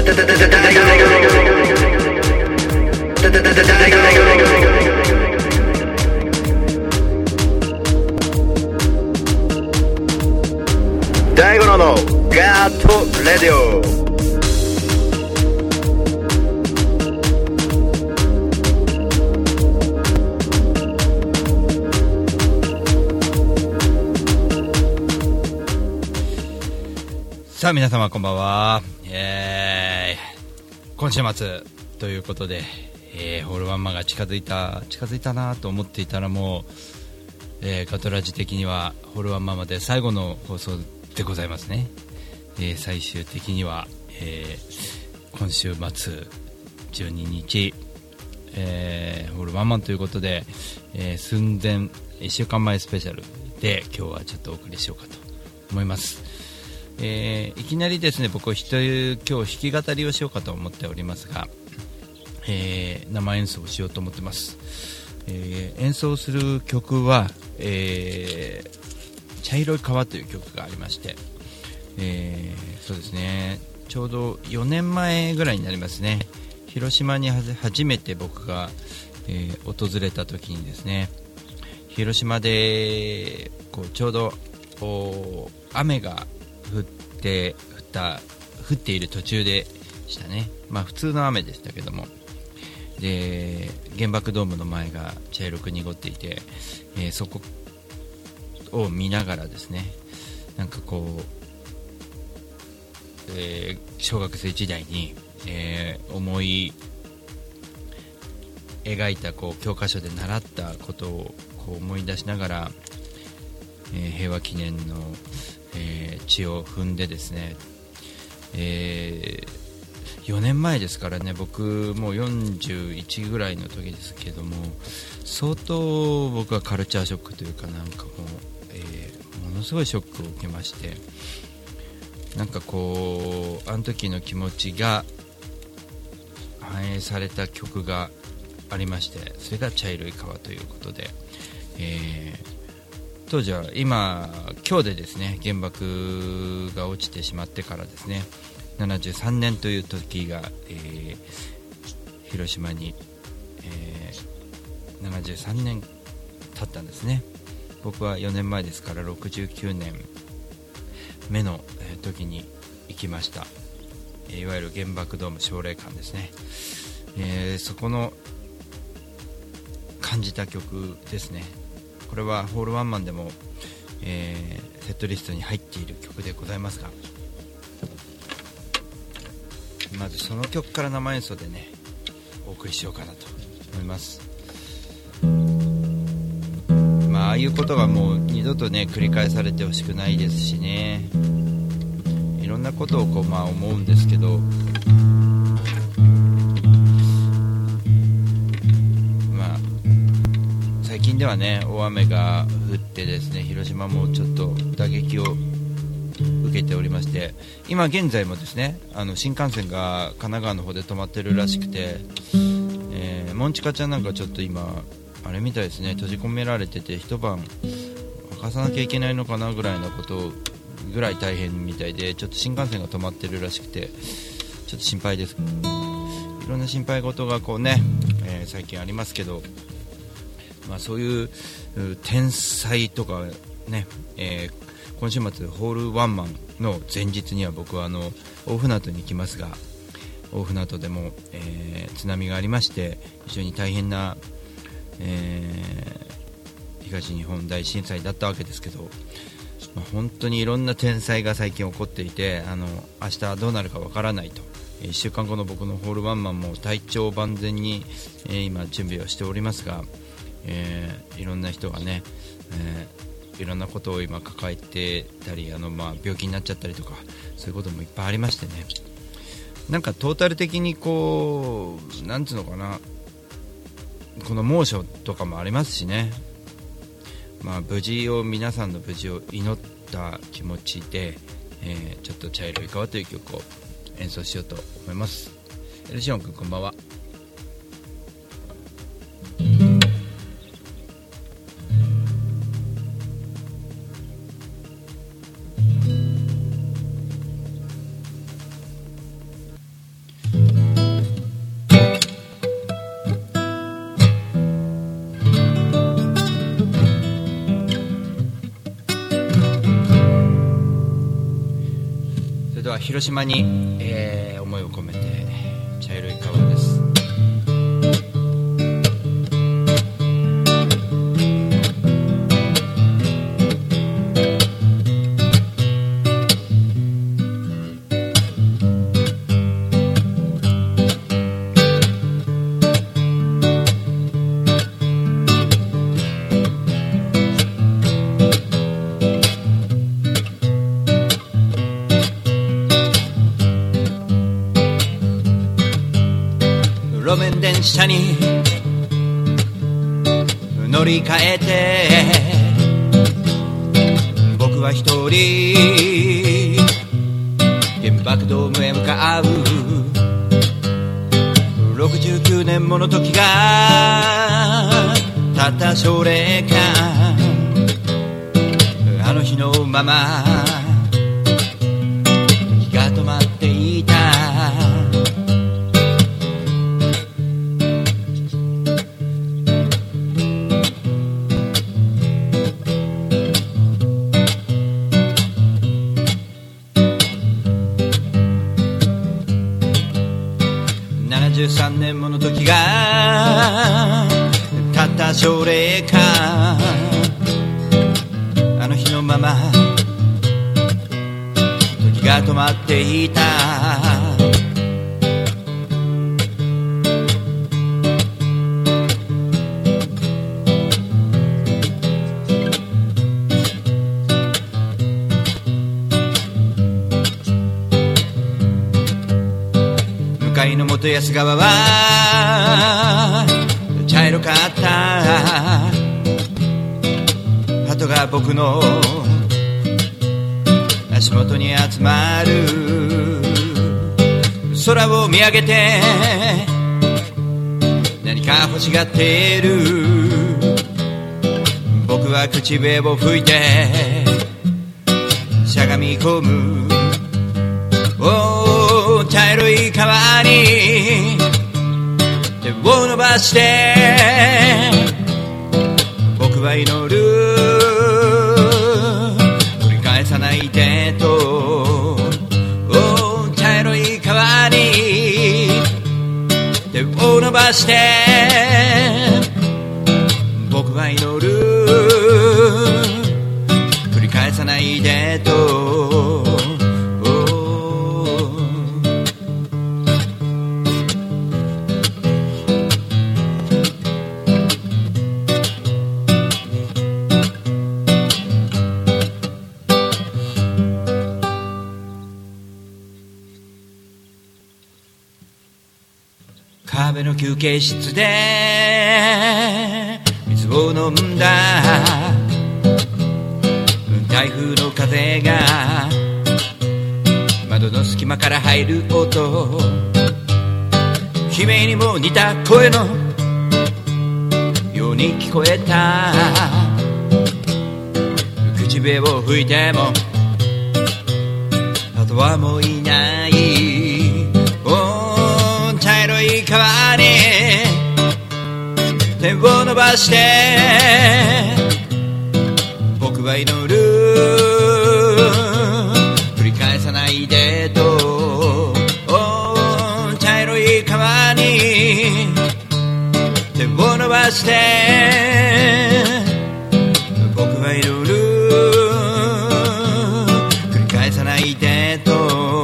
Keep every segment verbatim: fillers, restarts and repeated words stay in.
大五郎のガーットレディオ。 さあ皆様こんばんは。えー、今週末ということで、えー、ホールワンマンが近づいた近づいたなと思っていたらもう、えー、ガトラジ的にはホールワンマンまで最後の放送でございますね。えー、最終的には、えー、今週末じゅうににち、えー、ホールワンマンということで、えー、寸前いっしゅうかんまえスペシャルで今日はちょっとお送りしようかと思います。えー、いきなりですね僕一人今日弾き語りをしようかと思っておりますが、えー、生演奏をしようと思ってます。えー、演奏する曲は、えー、茶色い川という曲がありまして、えー、そうですねちょうどよねんまえぐらいになりますね。広島には初めて僕が、えー、訪れた時にですね、広島でこうちょうど雨が降って降った降っている途中でしたね。まあ普通の雨でしたけども、で原爆ドームの前が茶色く濁っていて、えー、そこを見ながらですね、なんかこう、えー、小学生時代に、えー、思い描いたこう教科書で習ったことをこう思い出しながら、えー、平和記念の、えー、血を踏んでですね、えー、よねんまえですからね、僕もうよんじゅういちぐらいの時ですけども、相当僕はカルチャーショックというかなんかもう、えー、ものすごいショックを受けまして、なんかこうあの時の気持ちが反映された曲がありまして、それが茶色い川ということで、えー、当時は今今日でですね原爆が落ちてしまってからですねななじゅうさんねんという時が、えー、広島に、えー、ななじゅうさんねん経ったんですね。僕はよねんまえですからろくじゅうきゅうねんめの、えー、時に行きました。えー、いわゆる原爆ドーム奨励館ですね。えー、そこの感じた曲ですね。これはホールワンマンでも、えー、セットリストに入っている曲でございますが、まずその曲から生演奏でねお送りしようかなと思います。まあああいうことがもう二度とね繰り返されてほしくないですしね、いろんなことをこうまあ思うんですけど、まあ最近ではね大雨が降ってですね広島もちょっと打撃を受けておりまして、今現在もですねあの新幹線が神奈川の方で止まってるらしくて、えー、モンチカちゃんなんかちょっと今あれみたいですね、閉じ込められてて一晩明かさなきゃいけないのかなぐらいなことぐらい大変みたいで、ちょっと新幹線が止まってるらしくてちょっと心配です。いろんな心配事がこうね、えー、最近ありますけど、まあ、そういう天才とかね、えー、今週末ホールワンマンの前日には僕はあの大船渡に行きますが、大船渡でも、えー、津波がありまして非常に大変な、えー、東日本大震災だったわけですけど、まあ、本当にいろんな天災が最近起こっていて、あの明日どうなるかわからないと、いっしゅうかんごの僕のホールワンマンも体調万全に、えー、今準備をしておりますが、えー、いろんな人がね、えー、いろんなことを今抱えてたり、あの、まあ、病気になっちゃったりとかそういうこともいっぱいありましてね、なんかトータル的にこうなんつうのかな、この猛暑とかもありますしね、まあ、無事を皆さんの無事を祈った気持ちで、えー、ちょっと茶色い川という曲を演奏しようと思います。エルシオン君こんばんは。 は広島に、えー、思いを込めて茶色い川です。路面電車に乗り換えて僕は一人原爆ドームへ向かう。ろくじゅうきゅうねんもの時がたった奨励か。あの日のまま気が止まっていた。ななじゅうさんねんもの時がたった奨励か。あの日のまま時が止まっていた。向かいの元安川は茶色かった。鳩が僕の足元に集まる。空を見上げて何か欲しがっている。僕は口笛を吹いてしゃがみ込む。おー、茶色い川に手を伸ばして僕は祈る。繰り返さないでと。おー、茶色い川に手を伸ばして僕は祈る。繰り返さないでと。壁の休憩室で水を飲んだ。台風の風が窓の隙間から入る音。悲鳴にも似た声のように聞こえた。口笛を吹いてもあとはもういない。茶色い川に手を伸ばして僕は祈る。繰り返さないでと。お茶色い川に手を伸ばして僕は祈る。繰り返さないでと。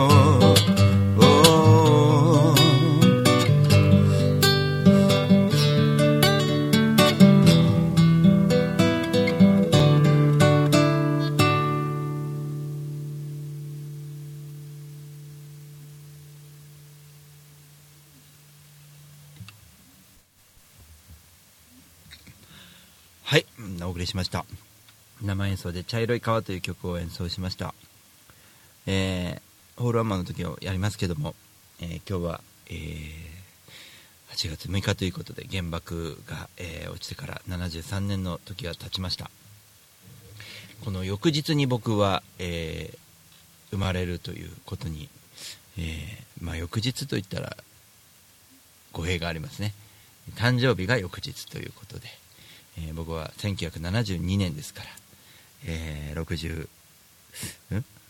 はい、お送りしました。生演奏で茶色い川という曲を演奏しました。えー、ホールワンマンの時をやりますけども、えー、今日は、えー、はちがつむいかということで原爆が、えー、落ちてからななじゅうさんねんの時が経ちました。この翌日に僕は、えー、生まれるということに、えーまあ、翌日といったら語弊がありますね。誕生日が翌日ということで、えー、僕はせんきゅうひゃくななじゅうにねんですから、えー、ろくじゅう、ん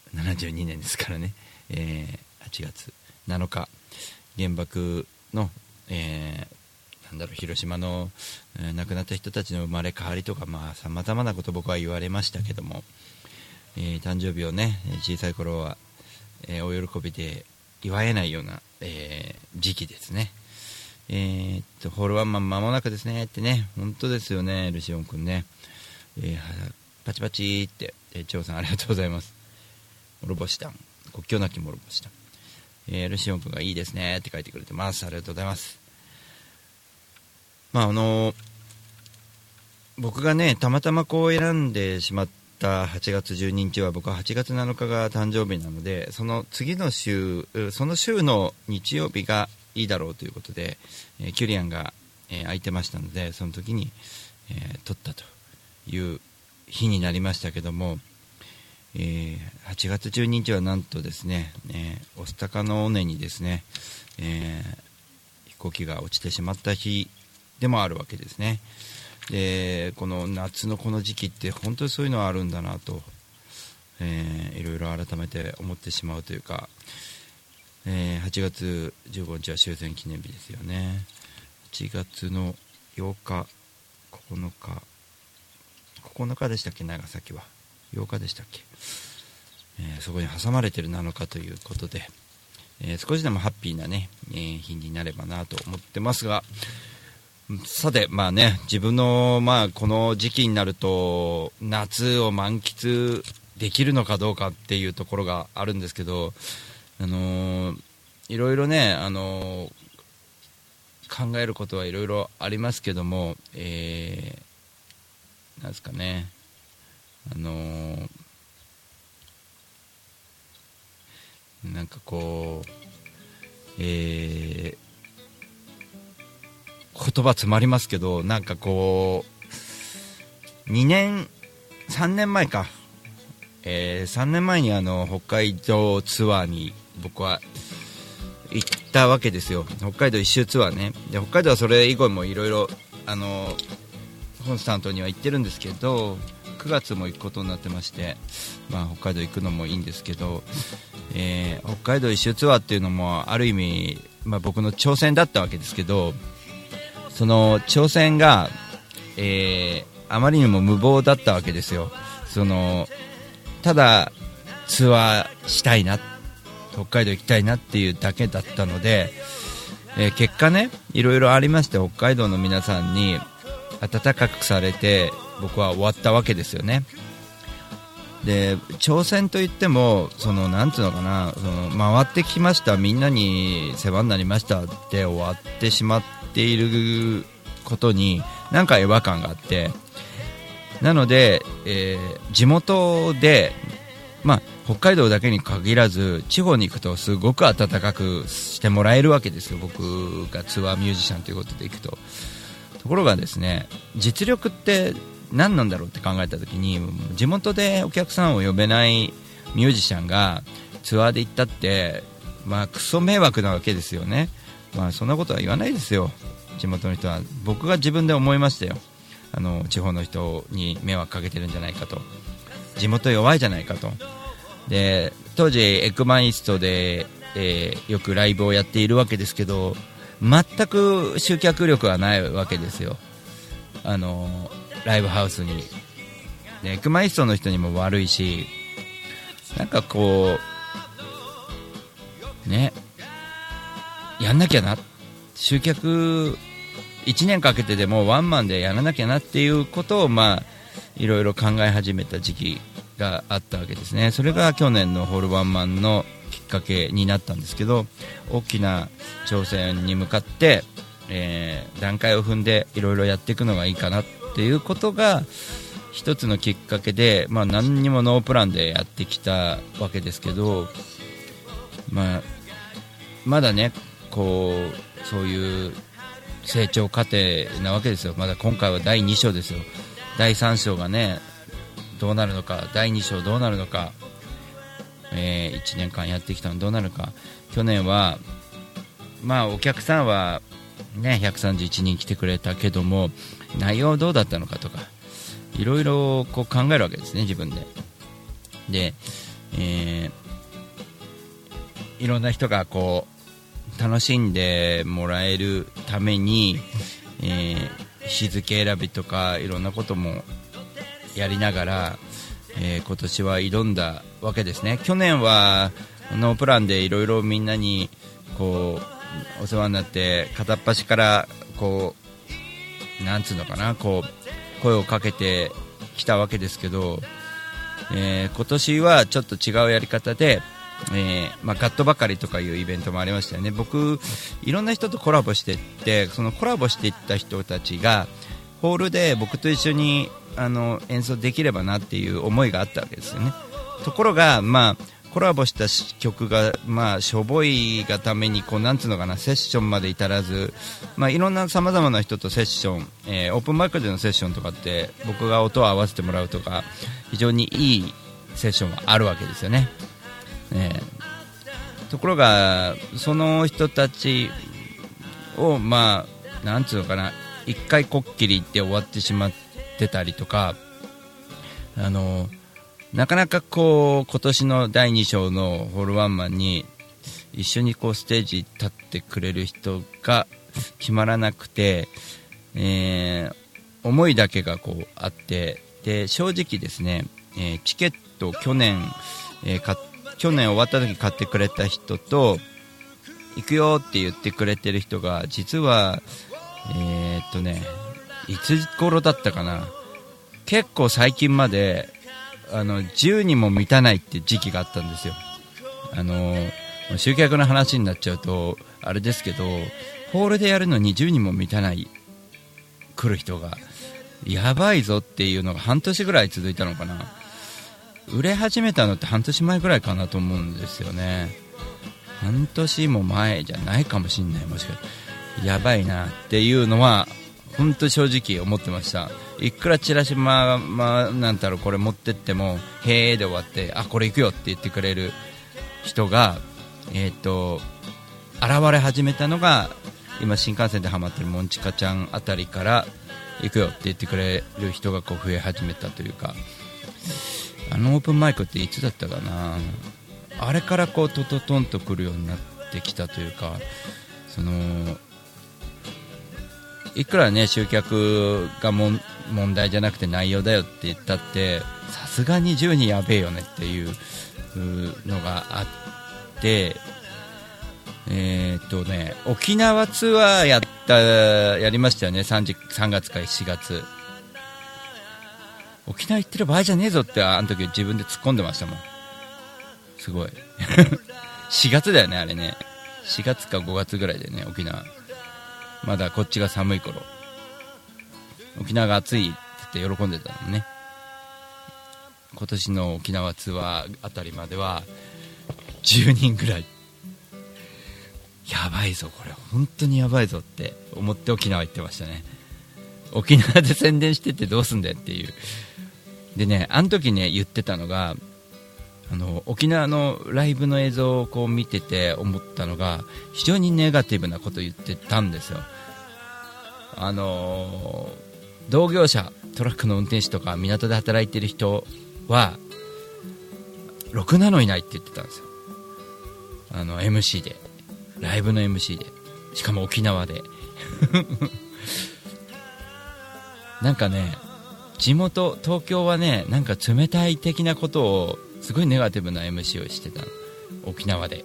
ななじゅうにねんですからね、えー、はちがつなのか原爆の、えー、なんだろう広島の、えー、亡くなった人たちの生まれ変わりとかさまざ、まなこと僕は言われましたけども、えー、誕生日をね小さい頃は、えー、お喜びで祝えないような、えー、時期ですね。えー、っとホールワンマン間もなくですねってね、本当ですよねルシオン君ね、えー、パチパチって、えー、張さんありがとうございます。諸星団国境なき諸星団、えー、ルシオン君がいいですねって書いてくれてます。ありがとうございます。まああのー、僕がねたまたまこう選んでしまったはちがつじゅうににちは僕ははちがつなのかが誕生日なので、その次の週その週の日曜日がいいだろうということで、えー、キュリアンが、えー、空いてましたのでその時に、えー、撮ったという日になりましたけども、えー、はちがつじゅうににちはなんとですね、えー、御巣鷹の尾根にですね、えー、飛行機が落ちてしまった日でもあるわけですね。でこの夏のこの時期って本当にそういうのはあるんだなと、えー、いろいろ改めて思ってしまうというか、えー、はちがつじゅうごにちは終戦記念日ですよね。はちがつのようかここのかここのかでしたっけ、長崎はようかでしたっけ、えー、そこに挟まれてるなのかということで、えー、少しでもハッピーなね、えー、日になればなと思ってますが、さてまあね自分のまあこの時期になると夏を満喫できるのかどうかっていうところがあるんですけど、あのー、いろいろね、あのー、考えることはいろいろありますけども、えー、なんですかね、あのー、なんかこう、えー言葉詰まりますけど、なんかこうにねんさんねんまえか、えー、さんねんまえにあの北海道ツアーに僕は行ったわけですよ。北海道一周ツアーね。で北海道はそれ以後もいろいろあのコンスタントには行ってるんですけど、くがつも行くことになってまして、まあ、北海道行くのもいいんですけど、えー、北海道一周ツアーっていうのもある意味、まあ、僕の挑戦だったわけですけど、その挑戦が、えー、あまりにも無謀だったわけですよ。そのただツアーしたいな、北海道行きたいなっていうだけだったので、えー、結果ねいろいろありまして、北海道の皆さんに温かくされて僕は終わったわけですよね。で挑戦といってもそのなんていうのかな、その回ってきました、みんなに世話になりましたって終わってしまっていることになんか違和感があって、なので、えー、地元で、まあ、北海道だけに限らず地方に行くとすごく温かくしてもらえるわけですよ、僕がツアーミュージシャンということで行くと。ところがですね、実力って何なんだろうって考えた時に、地元でお客さんを呼べないミュージシャンがツアーで行ったって、まあ、クソ迷惑なわけですよね。まあ、そんなことは言わないですよ、地元の人は。僕が自分で思いましたよ。あの地方の人に迷惑かけてるんじゃないかと、地元弱いじゃないかと。で当時エッグマンイーストで、えー、よくライブをやっているわけですけど、全く集客力はないわけですよ、あのライブハウスに。でエッグマンイーストの人にも悪いし、なんかこうね、やんなきゃな、集客いちねんかけてでもワンマンでやらなきゃなっていうことを、まあいろいろ考え始めた時期があったわけですね。それが去年のホールワンマンのきっかけになったんですけど、大きな挑戦に向かって、えー、段階を踏んでいろいろやっていくのがいいかなっていうことが一つのきっかけで、まあ、何にもノープランでやってきたわけですけど、まあ、まだねこうそういう成長過程なわけですよ。まだ今回はだいに章ですよ。だいさん章がねどうなるのか、だいに章どうなるのか、えー、いちねんかんやってきたのどうなるのか。去年はまあお客さんはねひゃくさんじゅういちにん来てくれたけども、内容どうだったのかとかいろいろこう考えるわけですね、自分で。で、 えー、いろんな人がこう楽しんでもらえるために、えー、日付選びとかいろんなこともやりながら、えー、今年は挑んだわけですね。去年はノープランでいろいろみんなにこうお世話になって片っ端からこうなんつうのかなこう声をかけてきたわけですけど、えー、今年はちょっと違うやり方で、えーまあ、ガットばかりとかいうイベントもありましたよね。僕いろんな人とコラボしていって、そのコラボしていった人たちがホールで僕と一緒にあの演奏できればなっていう思いがあったわけですよね。ところが、まあ、コラボした曲が、まあ、しょぼいがためにこうなんつうのかなセッションまで至らず、まあ、いろんなさまざまな人とセッション、えー、オープンマイクでのセッションとかって僕が音を合わせてもらうとか非常にいいセッションがあるわけですよね。えー、ところがその人たちをまあなんつうのかな一回こっきりで終わってしまってたりとか、あのなかなかこう今年のだいに章のホールワンマンに一緒にこうステージ立ってくれる人が決まらなくて、えー、思いだけがこうあって、で正直ですね、えー、チケット去年、えー、か去年終わった時買ってくれた人と行くよって言ってくれてる人が実はえー、っとねいつ頃だったかな、結構最近まであのじゅうにんも満たないって時期があったんですよ。あの集客の話になっちゃうとあれですけど、ホールでやるのにじゅうにんも満たない来る人がやばいぞっていうのが半年ぐらい続いたのかな。売れ始めたのって半年前ぐらいかなと思うんですよね。半年も前じゃないかもしんない。もしかしてやばいなっていうのは本当正直思ってました。いくらチラシま、まあ、なんだろうこれ持ってってもへーで終わって、あこれ行くよって言ってくれる人がえーと現れ始めたのが今新幹線でハマってるモンチカちゃんあたりから行くよって言ってくれる人がこう増え始めたというか、あのオープンマイクっていつだったかな、あれからこうトトトンと来るようになってきたというか、そのいくらね集客がもん問題じゃなくて内容だよって言ったってさすがにじゅうにんやべえよねっていうのがあって、えーっとね沖縄ツアーやったやりましたよね。 3, 時さんがつかしがつ沖縄行ってる場合じゃねえぞってあの時自分で突っ込んでましたもん。すごいしがつだよねあれね、しがつかごがつぐらいでね、沖縄まだこっちが寒い頃、沖縄が暑いって言って喜んでたのね。今年の沖縄ツアーあたりまではじゅうにんぐらい、やばいぞこれ本当にやばいぞって思って沖縄行ってましたね。沖縄で宣伝してってどうすんだよっていう。でねあの時ね言ってたのが、あの沖縄のライブの映像をこう見てて思ったのが非常にネガティブなこと言ってたんですよ。あのー、同業者トラックの運転手とか港で働いてる人はろくなのいないって言ってたんですよ。あの エムシー でライブの エムシー で、しかも沖縄でなんかね地元東京はねなんか冷たい的なことをすごいネガティブな エムシー をしてたの沖縄で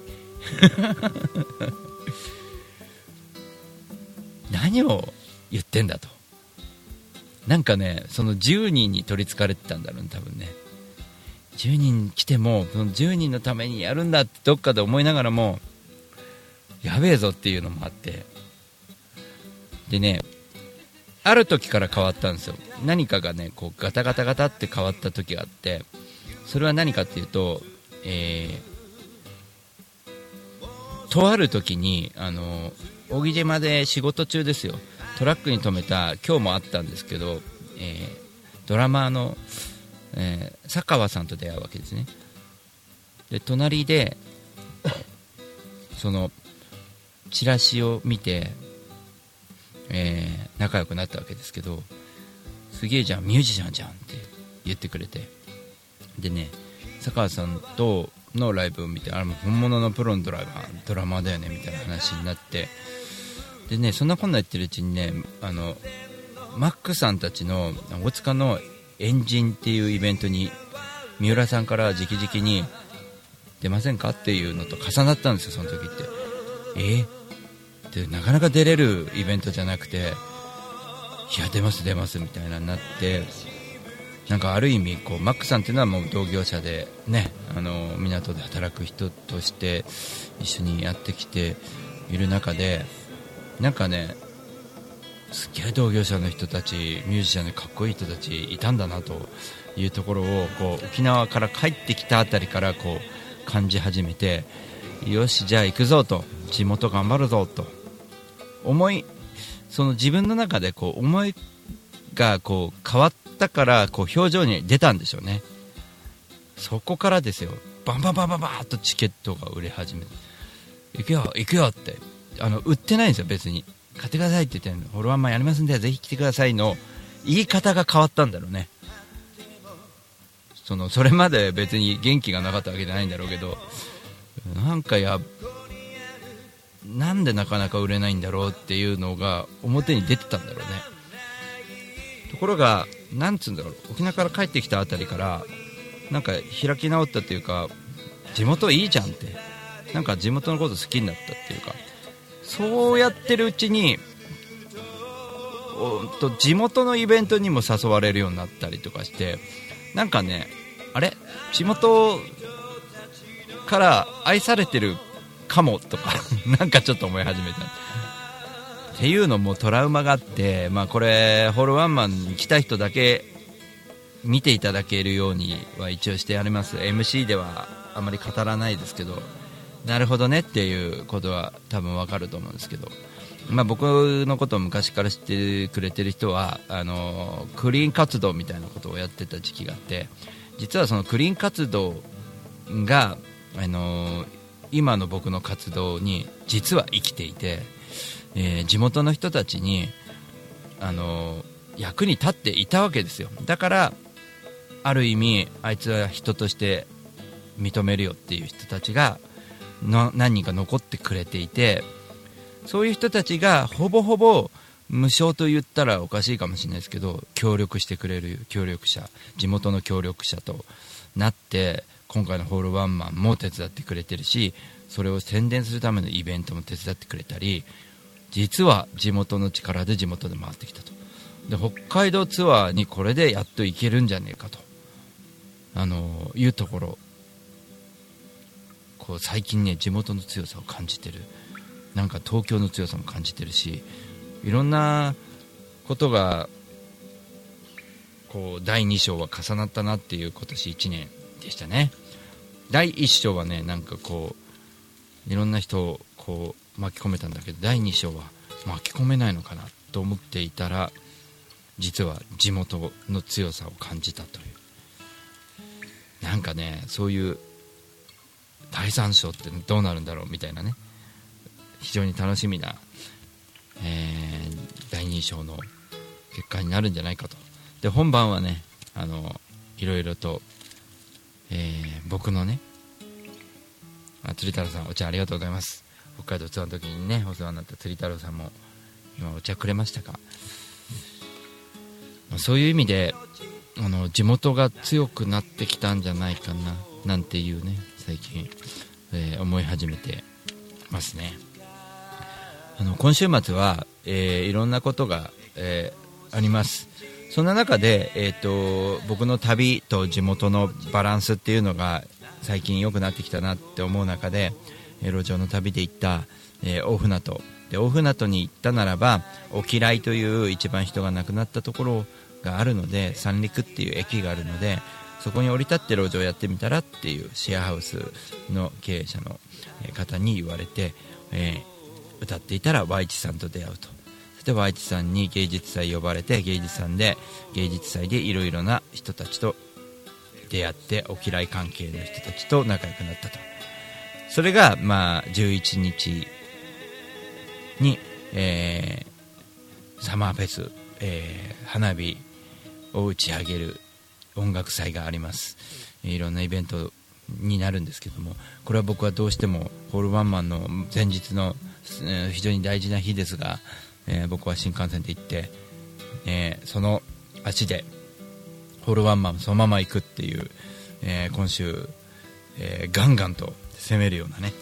何を言ってんだと、なんかねそのじゅうにんに取りつかれてたんだろうね多分ね。じゅうにん来てもそのじゅうにんのためにやるんだってどっかで思いながらもやべえぞっていうのもあって、でねある時から変わったんですよ。何かがねこうガタガタガタって変わった時があって、それは何かっていうと、えー、とある時にあの小木島で仕事中ですよ。トラックに止めた今日もあったんですけど、えー、ドラマーの、えー、佐川さんと出会うわけですね。で隣でそのチラシを見て、えー、仲良くなったわけですけど、すげえじゃんミュージシャンじゃんって言ってくれて、でね坂川さんとのライブを見て、あれも本物のプロのドライバードラマーだよねみたいな話になって、でね、そんなこんな言ってるうちにね、あのマックさんたちの大塚のエンジンっていうイベントに三浦さんから直々に出ませんかっていうのと重なったんですよ、その時って。えー、ってなかなか出れるイベントじゃなくて、いや出ます出ますみたいなになって、なんかある意味こうマックさんっていうのはもう同業者でね、あの港で働く人として一緒にやってきている中で、なんかね、すげえ同業者の人たち、ミュージシャンでかっこいい人たちいたんだなというところをこう沖縄から帰ってきたあたりからこう感じ始めて、よしじゃあ行くぞと、地元頑張るぞと思い、その自分の中でこう思いがこう変わったからこう表情に出たんでしょうね。そこからですよ、バンバンバンバンバーっとチケットが売れ始めて、行くよ行くよって、あの売ってないんですよ、別に買ってくださいって言ってるの、フォロワーマンやりますんでぜひ来てくださいの言い方が変わったんだろうね。そのそれまで別に元気がなかったわけじゃないんだろうけど、なんかやなんでなかなか売れないんだろうっていうのが表に出てたんだろうね。ところがなんつうんだろう、沖縄から帰ってきたあたりからなんか開き直ったっていうか、地元いいじゃんって、なんか地元のこと好きになったっていうか、そうやってるうちにおと地元のイベントにも誘われるようになったりとかして、なんかね、あれ地元から愛されてるかもとかなんかちょっと思い始めたっていうのもトラウマがあって、まあ、これホールワンマンに来た人だけ見ていただけるようには一応してあります。 エムシー ではあまり語らないですけど、なるほどねっていうことは多分わかると思うんですけど、まあ、僕のことを昔から知ってくれてる人はあのクリーン活動みたいなことをやってた時期があって、実はそのクリーン活動があの今の僕の活動に実は生きていて、えー、地元の人たちにあの役に立っていたわけですよ。だからある意味あいつは人として認めるよっていう人たちがの何人か残ってくれていて、そういう人たちがほぼほぼ無償と言ったらおかしいかもしれないですけど、協力してくれる協力者、地元の協力者となって今回のホールワンマンも手伝ってくれてるし、それを宣伝するためのイベントも手伝ってくれたり、実は地元の力で地元で回ってきたと。で北海道ツアーにこれでやっと行けるんじゃねえかとあのいうところ、こう最近ね地元の強さを感じてる、なんか東京の強さも感じてるし、いろんなことがこうだいに章は重なったなっていう今年いちねんでしたね。だいいっ章はね、なんかこういろんな人をこう巻き込めたんだけど、だいに章は巻き込めないのかなと思っていたら、実は地元の強さを感じたという、なんかね、そういうだいさん章ってどうなるんだろうみたいなね、非常に楽しみな、えー、だいに章の結果になるんじゃないかと。で本番はね、あのいろいろと、えー、僕のね、あ釣り太郎さんお茶ありがとうございます。北海道ツアーの時にねお世話になった釣り太郎さんも今お茶くれましたか。そういう意味であの地元が強くなってきたんじゃないかななんていうね、最近、えー、思い始めてますね。あの今週末は、えー、いろんなことが、えー、あります。そんな中で、えー、と僕の旅と地元のバランスっていうのが最近良くなってきたなって思う中で、えー、路上の旅で行った、えー、大船渡で大船渡に行ったならば沖来という一番人が亡くなったところがあるので、三陸っていう駅があるので、そこに降り立って路上やってみたらっていうシェアハウスの経営者の方に言われて、えー、歌っていたら ワイチ さんと出会うと。そして ワイチ さんに芸術祭呼ばれて、芸術祭で芸術祭でいろいろな人たちと出会って、沖来関係の人たちと仲良くなったと。それがまあじゅういちにちに、えー、サマーフェス、えー、花火を打ち上げる音楽祭があります。いろんなイベントになるんですけども、これは僕はどうしてもホールワンマンの前日の、えー、非常に大事な日ですが、えー、僕は新幹線で行って、えー、その足でホールワンマンそのまま行くっていう、えー、今週、えー、ガンガンと攻めるようなね、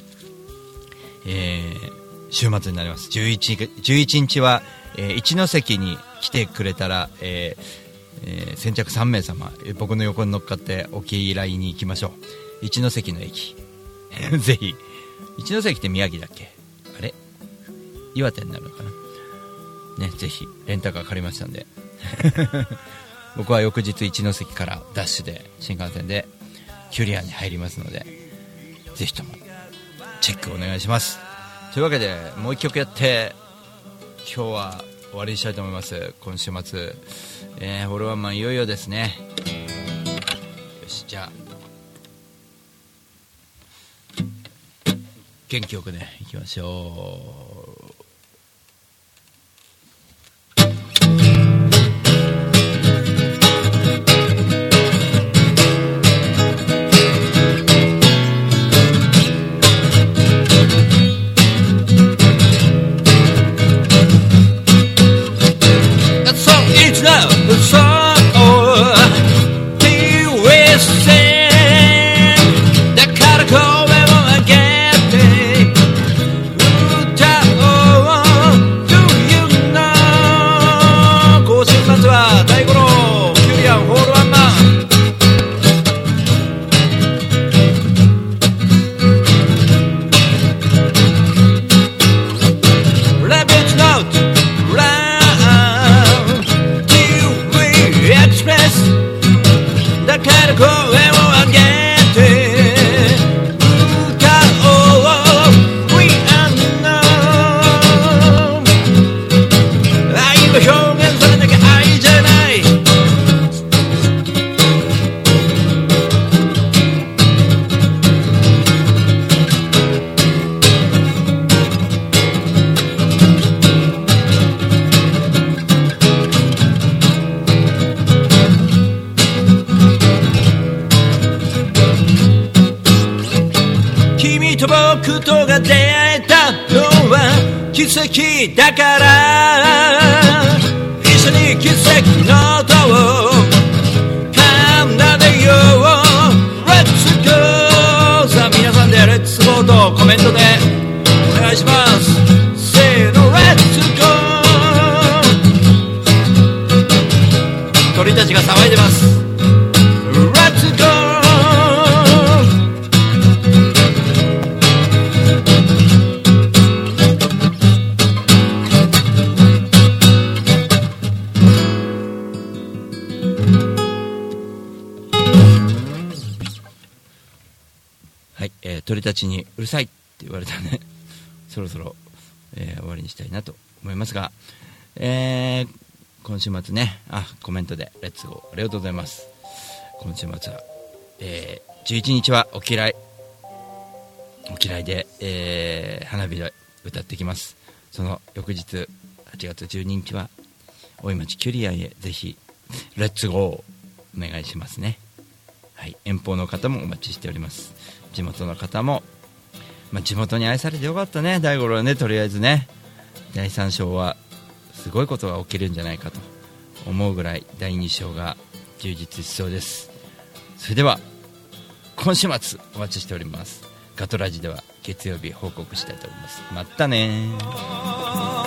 えー、週末になります。じゅういちにちは、えー、一ノ関に来てくれたら、えーえー、先着さんめいさま、えー、僕の横に乗っかっておきらいに行きましょう。一ノ関の駅ぜひ。一ノ関って宮城だっけ、あれ岩手になるのかなね。ぜひレンタカー借りましたんで僕は翌日一ノ関からダッシュで新幹線でキュリアに入りますので、ぜひともチェックお願いします。というわけでもう一曲やって今日は終わりにしたいと思います。今週末、えー、ホールワンマンいよいよですね。よし、じゃあ元気よくねいきましょう。僕とが出会えたのは奇跡だから、一緒に奇跡の音を奏でよう。 Let's go。 さあ皆さんで Let's go とコメントでお願いします。せーの Let's go。 鳥たちが騒いでます。 Let's go。鳥たちにうるさいって言われたんでそろそろ、えー、終わりにしたいなと思いますが、えー、今週末ね、あ、コメントでレッツゴーありがとうございます。今週末は、えー、じゅういちにちはおきらいおきらいで、えー、花火で歌ってきます。その翌日はちがつじゅうににちは大井町キュリアへぜひレッツゴーお願いしますね。はい、遠方の方もお待ちしております。地元の方も、まあ、地元に愛されてよかったね。大五郎はね、とりあえずねだいさん章はすごいことが起きるんじゃないかと思うぐらいだいに章が充実しそうです。それでは今週末お待ちしております。ガトラジでは月曜日報告したいと思います。またね。